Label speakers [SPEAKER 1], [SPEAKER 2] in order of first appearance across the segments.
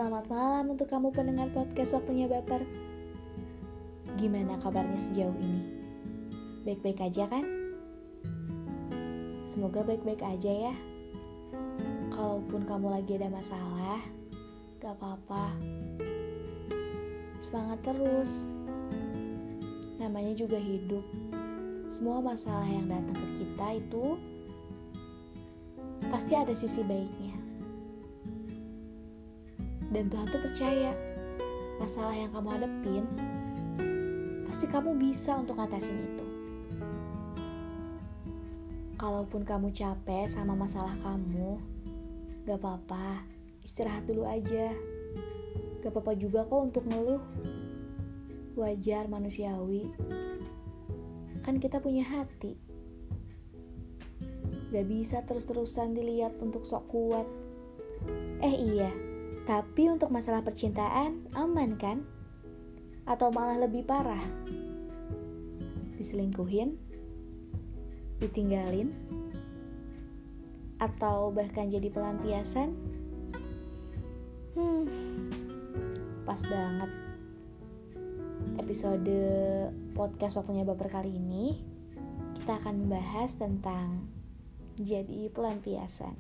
[SPEAKER 1] Selamat malam untuk kamu pendengar podcast Waktunya Baper. Gimana kabarnya sejauh ini? Baik-baik aja kan? Semoga baik-baik aja ya. Kalaupun kamu lagi ada masalah, gak apa-apa. Semangat terus. Namanya juga hidup. Semua masalah yang datang ke kita itu pasti ada sisi baiknya. Dan Tuhan tuh percaya masalah yang kamu hadepin pasti kamu bisa untuk ngatasin itu. Kalaupun kamu capek sama masalah kamu, gak apa-apa, istirahat dulu aja. Gak apa-apa juga kok untuk ngeluh. Wajar, manusiawi. Kan kita punya hati. Gak bisa terus-terusan dilihat untuk sok kuat. Iya, tapi untuk masalah percintaan aman kan? Atau malah lebih parah? Diselingkuhin? Ditinggalin? Atau bahkan jadi pelampiasan? Pas banget. Episode podcast Waktunya Baper kali ini kita akan membahas tentang jadi pelampiasan.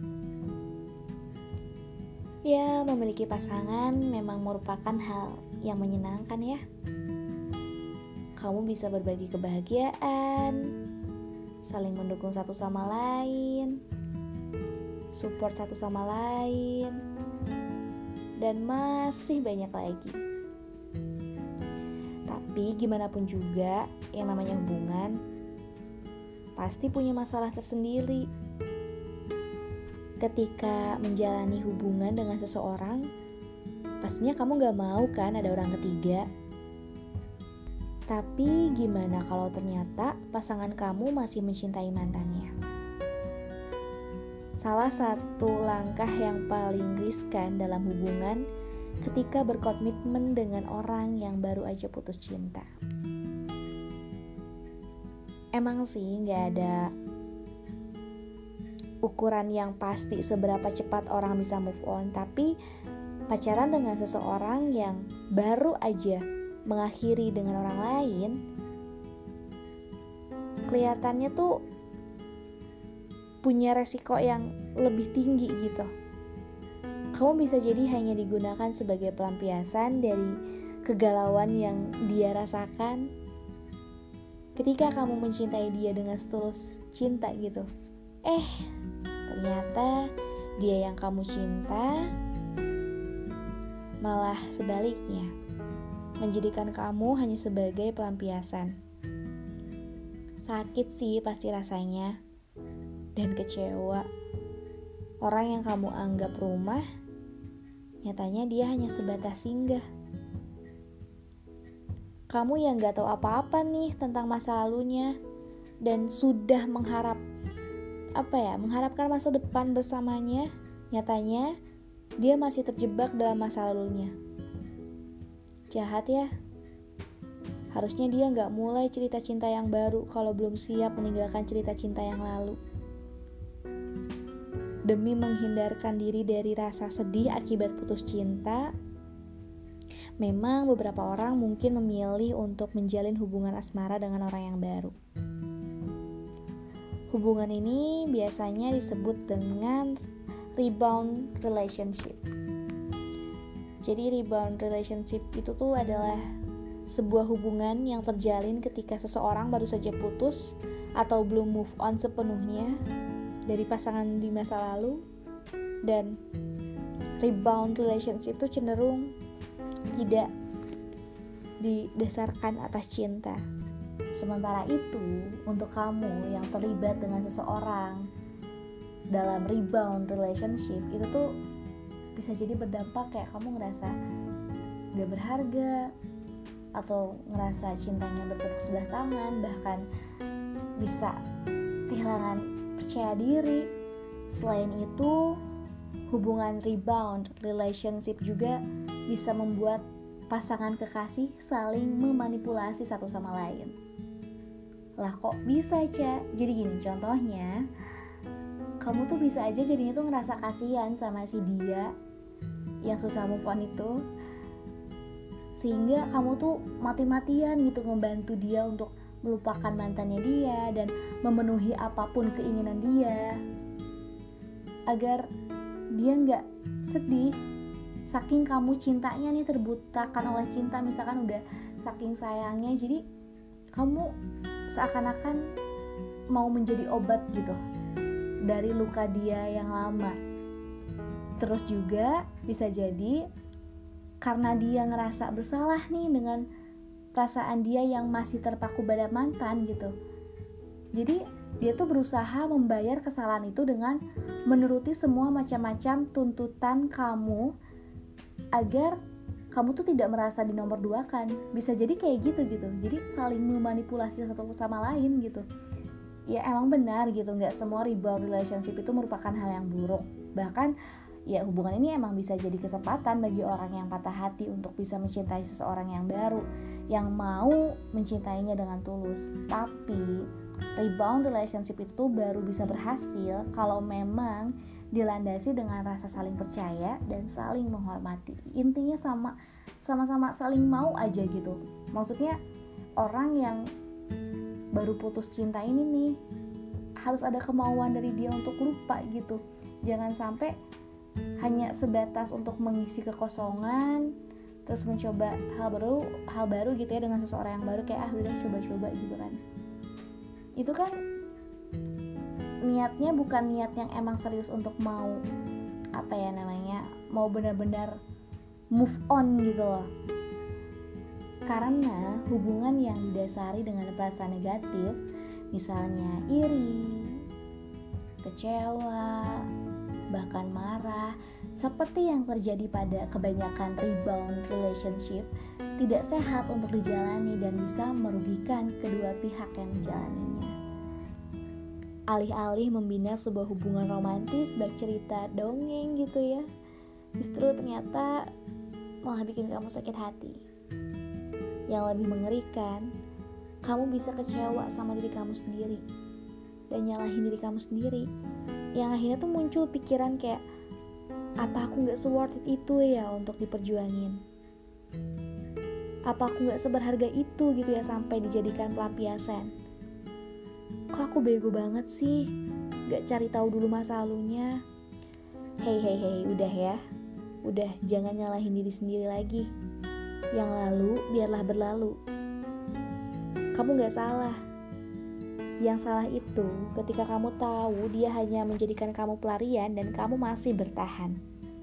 [SPEAKER 1] Ya, memiliki pasangan memang merupakan hal yang menyenangkan ya. Kamu bisa berbagi kebahagiaan, saling mendukung satu sama lain, support satu sama lain, dan masih banyak lagi. Tapi gimana pun juga yang namanya hubungan pasti punya masalah tersendiri. Ketika menjalani hubungan dengan seseorang, pastinya kamu gak mau kan ada orang ketiga. Tapi gimana kalau ternyata pasangan kamu masih mencintai mantannya? Salah satu langkah yang paling riskan dalam hubungan ketika berkomitmen dengan orang yang baru aja putus cinta. Emang sih gak ada ukuran yang pasti seberapa cepat orang bisa move on, tapi pacaran dengan seseorang yang baru aja mengakhiri dengan orang lain, kelihatannya tuh punya resiko yang lebih tinggi gitu. Kamu bisa jadi hanya digunakan sebagai pelampiasan dari kegalauan yang dia rasakan ketika kamu mencintai dia dengan setulus cinta gitu. Ternyata dia yang kamu cinta malah sebaliknya menjadikan kamu hanya sebagai pelampiasan. Sakit sih pasti rasanya dan kecewa. Orang yang kamu anggap rumah, nyatanya dia hanya sebatas singgah. Kamu yang gak tahu apa-apa nih tentang masa lalunya dan sudah mengharapkan masa depan bersamanya, nyatanya dia masih terjebak dalam masa lalunya. Jahat ya. Harusnya dia gak mulai cerita cinta yang baru kalau belum siap meninggalkan cerita cinta yang lalu. Demi menghindarkan diri dari rasa sedih akibat putus cinta, memang beberapa orang mungkin memilih untuk menjalin hubungan asmara dengan orang yang baru. Hubungan ini biasanya disebut dengan rebound relationship. Jadi rebound relationship itu tuh adalah sebuah hubungan yang terjalin ketika seseorang baru saja putus atau belum move on sepenuhnya dari pasangan di masa lalu. Dan rebound relationship itu cenderung tidak didasarkan atas cinta. Sementara itu, untuk kamu yang terlibat dengan seseorang dalam rebound relationship, itu tuh bisa jadi berdampak kayak kamu ngerasa gak berharga, atau ngerasa cintanya bertepuk sebelah tangan, bahkan bisa kehilangan percaya diri. Selain itu, hubungan rebound relationship juga bisa membuat pasangan kekasih saling memanipulasi satu sama lain. Lah kok bisa, Ca? Jadi gini contohnya, kamu tuh bisa aja jadinya tuh ngerasa kasihan sama si dia yang susah move on itu, sehingga kamu tuh mati-matian gitu ngebantu dia untuk melupakan mantannya dia dan memenuhi apapun keinginan dia agar dia nggak sedih. Saking kamu cintanya nih, terbutakan oleh cinta, misalkan udah saking sayangnya, jadi kamu seakan-akan mau menjadi obat gitu dari luka dia yang lama. Terus juga bisa jadi karena dia ngerasa bersalah nih dengan perasaan dia yang masih terpaku pada mantan gitu. Jadi dia tuh berusaha membayar kesalahan itu dengan menuruti semua macam-macam tuntutan kamu agar kamu tuh tidak merasa di nomor dua kan. Bisa jadi kayak gitu. Jadi saling memanipulasi satu sama lain gitu. Ya emang benar gitu, gak semua rebound relationship itu merupakan hal yang buruk. Bahkan ya hubungan ini emang bisa jadi kesempatan bagi orang yang patah hati untuk bisa mencintai seseorang yang baru, yang mau mencintainya dengan tulus. Tapi rebound relationship itu baru bisa berhasil kalau memang dilandasi dengan rasa saling percaya dan saling menghormati. Intinya sama-sama saling mau aja gitu. Maksudnya orang yang baru putus cinta ini nih harus ada kemauan dari dia untuk lupa gitu. Jangan sampai hanya sebatas untuk mengisi kekosongan, terus mencoba hal baru gitu ya dengan seseorang yang baru, kayak udah coba-coba gitu kan. Itu kan niatnya bukan niat yang emang serius untuk mau mau benar-benar move on gitu loh. Karena hubungan yang didasari dengan perasaan negatif, misalnya iri, kecewa, bahkan marah, seperti yang terjadi pada kebanyakan rebound relationship, tidak sehat untuk dijalani dan bisa merugikan kedua pihak yang menjalaninya. Alih-alih membina sebuah hubungan romantis bak cerita dongeng gitu ya, justru ternyata malah bikin kamu sakit hati. Yang lebih mengerikan, kamu bisa kecewa sama diri kamu sendiri dan nyalahin diri kamu sendiri, yang akhirnya tuh muncul pikiran kayak, apa aku gak se-worth it itu ya untuk diperjuangin? Apa aku gak seberharga itu gitu ya sampai dijadikan pelampiasan? Kok aku bego banget sih, gak cari tahu dulu masa lalunya? Hey, udah ya, udah jangan nyalahin diri sendiri lagi. Yang lalu biarlah berlalu. Kamu gak salah. Yang salah itu ketika kamu tahu dia hanya menjadikan kamu pelarian dan kamu masih bertahan.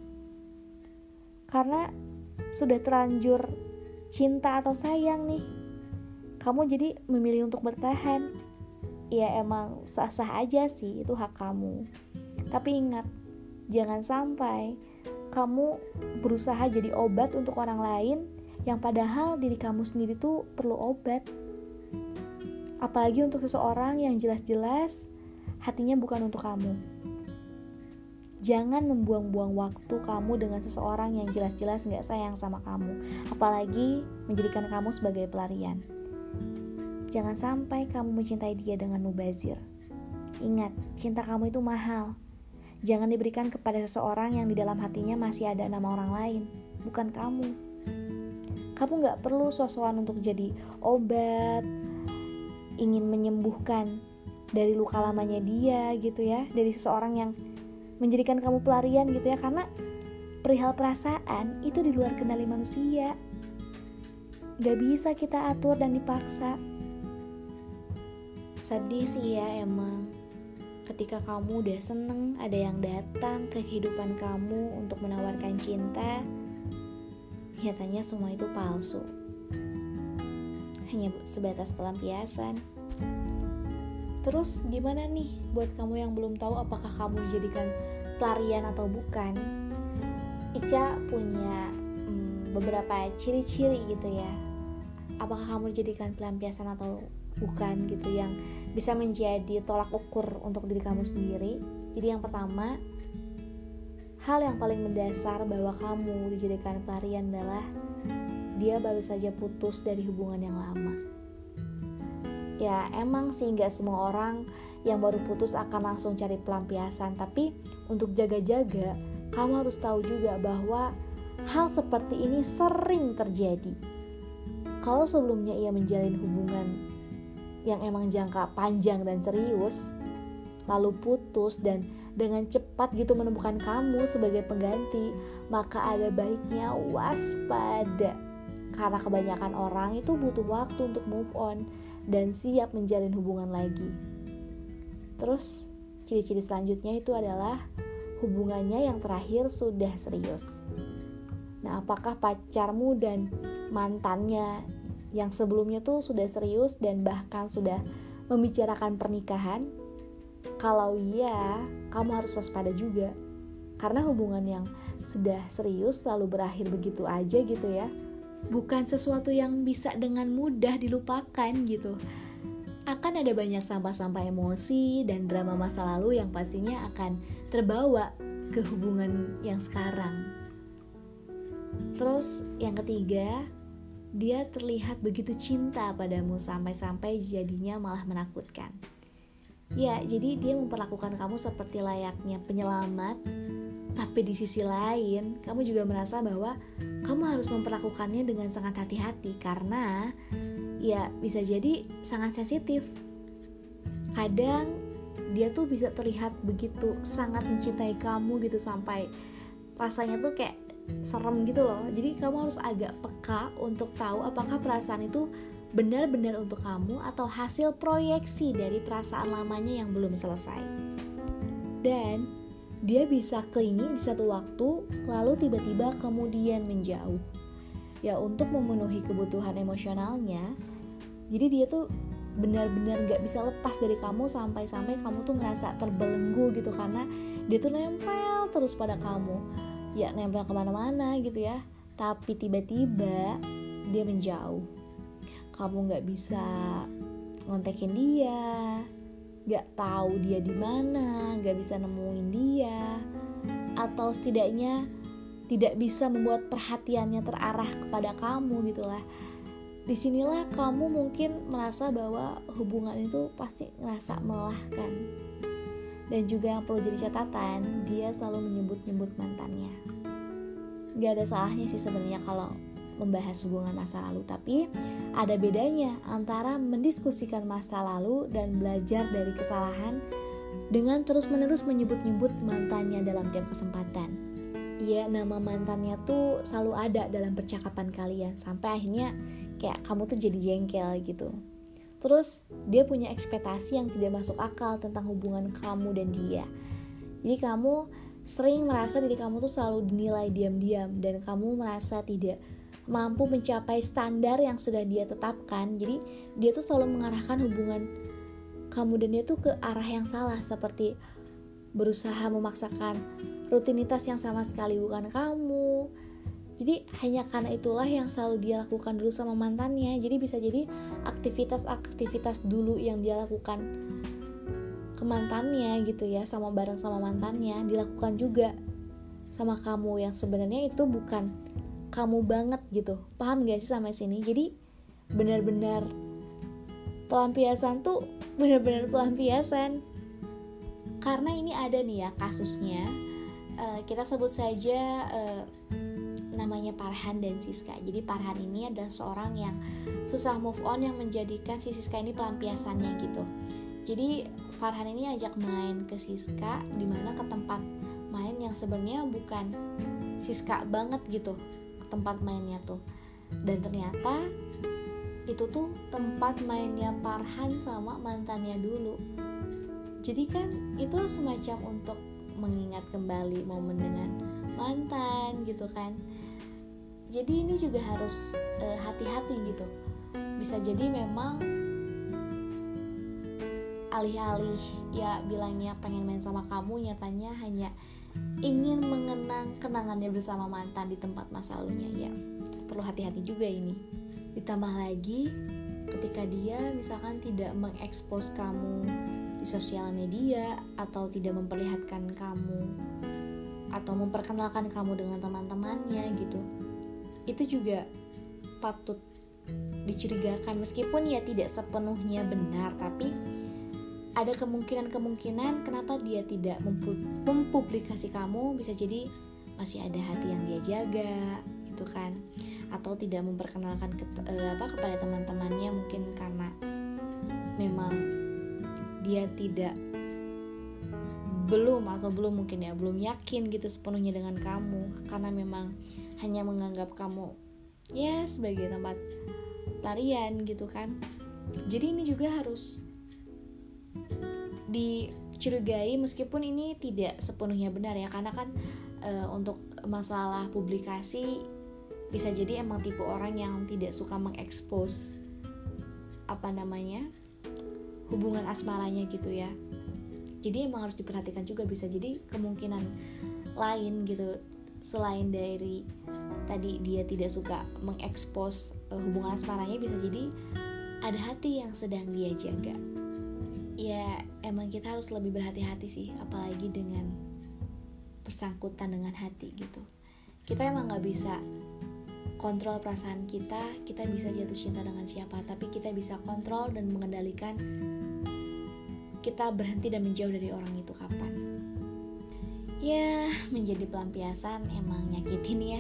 [SPEAKER 1] Karena sudah terlanjur cinta atau sayang nih, kamu jadi memilih untuk bertahan. Ya emang sah-sah aja sih, itu hak kamu. Tapi ingat, jangan sampai kamu berusaha jadi obat untuk orang lain yang padahal diri kamu sendiri tuh perlu obat. Apalagi untuk seseorang yang jelas-jelas hatinya bukan untuk kamu. Jangan membuang-buang waktu kamu dengan seseorang yang jelas-jelas gak sayang sama kamu, apalagi menjadikan kamu sebagai pelarian. Jangan sampai kamu mencintai dia dengan mubazir. Ingat, cinta kamu itu mahal. Jangan diberikan kepada seseorang yang di dalam hatinya masih ada nama orang lain, bukan kamu. Kamu gak perlu sok-sokan untuk jadi obat, ingin menyembuhkan dari luka lamanya dia gitu ya, dari seseorang yang menjadikan kamu pelarian gitu ya, karena perihal perasaan itu di luar kendali manusia. Gak bisa kita atur dan dipaksa. Sedih sih ya emang, ketika kamu udah seneng ada yang datang ke kehidupan kamu untuk menawarkan cinta, nyatanya semua itu palsu, hanya sebatas pelampiasan. Terus gimana nih buat kamu yang belum tahu apakah kamu dijadikan pelarian atau bukan? Ica punya beberapa ciri-ciri gitu ya, apakah kamu dijadikan pelampiasan atau bukan gitu, yang bisa menjadi tolak ukur untuk diri kamu sendiri. Jadi yang pertama, hal yang paling mendasar bahwa kamu dijadikan pelarian adalah dia baru saja putus dari hubungan yang lama. Ya emang sih gak semua orang yang baru putus akan langsung cari pelampiasan, tapi untuk jaga-jaga kamu harus tahu juga bahwa Hal seperti ini sering terjadi. Kalau sebelumnya ia menjalin hubungan yang emang jangka panjang dan serius, lalu putus dan dengan cepat gitu menemukan kamu sebagai pengganti, maka ada baiknya waspada. Karena kebanyakan orang itu butuh waktu untuk move on dan siap menjalin hubungan lagi. Terus ciri-ciri selanjutnya itu adalah hubungannya yang terakhir sudah serius. Nah, apakah pacarmu dan mantannya yang sebelumnya tuh sudah serius dan bahkan sudah membicarakan pernikahan? Kalau iya, kamu harus waspada juga. Karena hubungan yang sudah serius lalu berakhir begitu aja gitu ya, bukan sesuatu yang bisa dengan mudah dilupakan gitu. Akan ada banyak sampah-sampah emosi dan drama masa lalu yang pastinya akan terbawa ke hubungan yang sekarang. Terus yang ketiga, dia terlihat begitu cinta padamu sampai-sampai jadinya malah menakutkan. Ya, jadi dia memperlakukan kamu seperti layaknya penyelamat, tapi di sisi lain kamu juga merasa bahwa kamu harus memperlakukannya dengan sangat hati-hati karena ya bisa jadi sangat sensitif. Kadang dia tuh bisa terlihat begitu sangat mencintai kamu gitu sampai rasanya tuh kayak serem gitu loh. Jadi kamu harus agak peka untuk tahu apakah perasaan itu benar-benar untuk kamu atau hasil proyeksi dari perasaan lamanya yang belum selesai. Dan dia bisa clingy di satu waktu lalu tiba-tiba kemudian menjauh. Ya, untuk memenuhi kebutuhan emosionalnya. Jadi dia tuh benar-benar gak bisa lepas dari kamu sampai-sampai kamu tuh merasa terbelenggu gitu karena dia tuh nempel terus pada kamu. Ya, nempel kemana-mana gitu ya. Tapi tiba-tiba dia menjauh. Kamu gak bisa ngontekin dia, gak tahu dia di mana, gak bisa nemuin dia, atau setidaknya tidak bisa membuat perhatiannya terarah kepada kamu gitulah. Disinilah kamu mungkin merasa bahwa hubungan itu pasti ngerasa melelahkan. Dan juga yang perlu jadi catatan, dia selalu menyebut-nyebut mantannya. Gak ada salahnya sih sebenarnya kalau membahas hubungan masa lalu, tapi ada bedanya antara mendiskusikan masa lalu dan belajar dari kesalahan dengan terus-menerus menyebut-nyebut mantannya dalam tiap kesempatan. Ya, nama mantannya tuh selalu ada dalam percakapan kalian sampai akhirnya kayak kamu tuh jadi jengkel gitu. Terus dia punya ekspektasi yang tidak masuk akal tentang hubungan kamu dan dia. Jadi kamu sering merasa diri kamu tuh selalu dinilai diam-diam dan kamu merasa tidak mampu mencapai standar yang sudah dia tetapkan. Jadi dia tuh selalu mengarahkan hubungan kamu dan dia tuh ke arah yang salah, seperti berusaha memaksakan rutinitas yang sama sekali bukan kamu. Jadi hanya karena itulah yang selalu dia lakukan dulu sama mantannya. Jadi bisa jadi aktivitas-aktivitas dulu yang dia lakukan ke mantannya gitu ya, sama bareng sama mantannya, dilakukan juga sama kamu yang sebenarnya itu bukan kamu banget gitu. Paham gak sih sampai sini? Jadi benar-benar pelampiasan tuh benar-benar pelampiasan. Karena ini ada nih ya kasusnya, kita sebut saja namanya Farhan dan Siska. Jadi Farhan ini adalah seorang yang susah move on yang menjadikan si Siska ini pelampiasannya gitu. Jadi Farhan ini ajak main ke Siska, dimana ke tempat main yang sebenarnya bukan Siska banget gitu tempat mainnya tuh. Dan ternyata itu tuh tempat mainnya Farhan sama mantannya dulu. Jadi kan itu semacam untuk mengingat kembali momen dengan mantan gitu kan. Jadi ini juga harus hati-hati gitu. Bisa jadi memang alih-alih ya bilangnya pengen main sama kamu, nyatanya hanya ingin mengenang kenangannya bersama mantan di tempat masa lalunya. Ya, perlu hati-hati juga ini. Ditambah lagi ketika dia misalkan tidak mengekspos kamu di sosial media atau tidak memperlihatkan kamu atau memperkenalkan kamu dengan teman-temannya gitu. Itu juga patut dicurigakan, meskipun ya tidak sepenuhnya benar, tapi ada kemungkinan kenapa dia tidak mempublikasi kamu. Bisa jadi masih ada hati yang dia jaga gitu kan, atau tidak memperkenalkan kepada teman-temannya, mungkin karena memang dia belum yakin gitu sepenuhnya dengan kamu, karena memang hanya menganggap kamu ya sebagai tempat pelarian gitu kan. Jadi ini juga harus dicurigai, meskipun ini tidak sepenuhnya benar ya, karena kan untuk masalah publikasi bisa jadi emang tipe orang yang tidak suka mengekspos hubungan asmaranya gitu ya. Jadi emang harus diperhatikan juga, bisa jadi kemungkinan lain gitu selain dari tadi dia tidak suka mengekspos hubungan asmaranya, bisa jadi ada hati yang sedang dia jaga. Ya emang kita harus lebih berhati-hati sih, apalagi dengan bersangkutan dengan hati gitu. Kita emang gak bisa kontrol perasaan kita bisa jatuh cinta dengan siapa, tapi kita bisa kontrol dan mengendalikan kita berhenti dan menjauh dari orang itu kapan. Ya, menjadi pelampiasan emang nyakitin ya.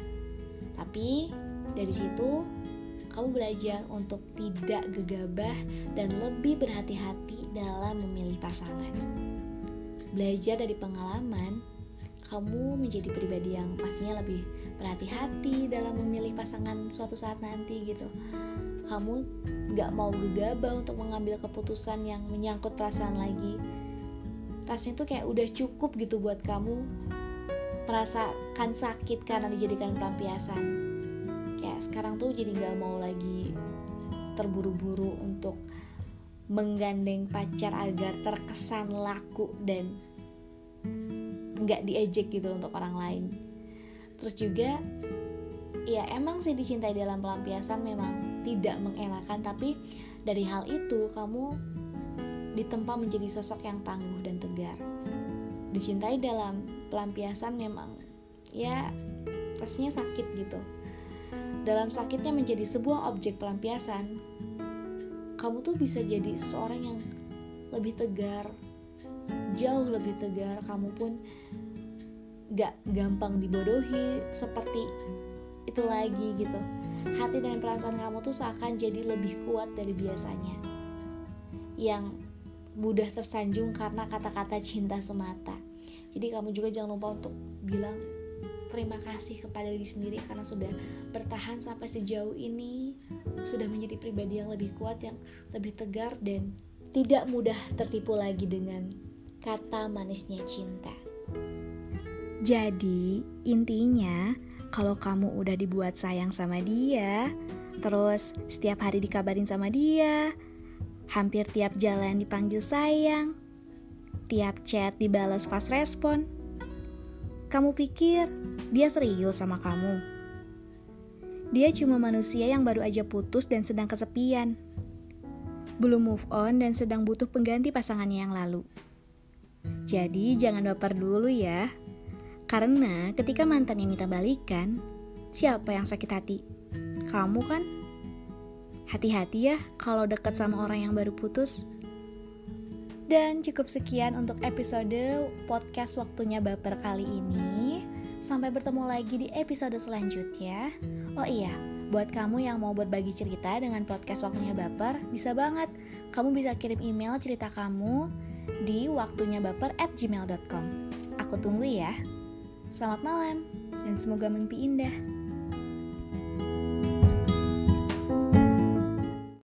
[SPEAKER 1] Tapi dari situ kamu belajar untuk tidak gegabah dan lebih berhati-hati dalam memilih pasangan. Belajar dari pengalaman, kamu menjadi pribadi yang pastinya lebih berhati-hati dalam memilih pasangan suatu saat nanti gitu. Kamu gak mau gegabah untuk mengambil keputusan yang menyangkut perasaan lagi. Rasanya tuh kayak udah cukup gitu buat kamu merasakan sakit karena dijadikan pelampiasan. Kayak sekarang tuh jadi gak mau lagi terburu-buru untuk menggandeng pacar agar terkesan laku dan gak diejek gitu untuk orang lain. Terus juga ya emang sih dicintai dalam pelampiasan memang tidak mengenakan, tapi dari hal itu kamu ditempa menjadi sosok yang tangguh dan tegar. Dicintai dalam pelampiasan memang ya rasanya sakit gitu. Dalam sakitnya menjadi sebuah objek pelampiasan, kamu tuh bisa jadi seseorang yang lebih tegar, jauh lebih tegar. Kamu pun gak gampang dibodohi seperti itu lagi gitu. Hati dan perasaan kamu tuh seakan jadi lebih kuat dari biasanya, yang mudah tersanjung karena kata-kata cinta semata. Jadi kamu juga jangan lupa untuk bilang terima kasih kepada diri sendiri karena sudah bertahan sampai sejauh ini, sudah menjadi pribadi yang lebih kuat, yang lebih tegar, dan tidak mudah tertipu lagi dengan kata manisnya cinta. Jadi intinya, kalau kamu udah dibuat sayang sama dia, terus setiap hari dikabarin sama dia, hampir tiap jalan dipanggil sayang, tiap chat dibalas fast respon, kamu pikir dia serius sama kamu? Dia cuma manusia yang baru aja putus dan sedang kesepian, belum move on dan sedang butuh pengganti pasangannya yang lalu. Jadi jangan baper dulu ya. Karena ketika mantannya minta balikan, siapa yang sakit hati? Kamu kan? Hati-hati ya kalau dekat sama orang yang baru putus. Dan cukup sekian untuk episode podcast Waktunya Baper kali ini. Sampai bertemu lagi di episode selanjutnya. Oh iya, buat kamu yang mau berbagi cerita dengan podcast Waktunya Baper, bisa banget. Kamu bisa kirim email cerita kamu di waktunyabaper@gmail.com. Aku tunggu ya. Selamat malam, dan semoga mimpi indah.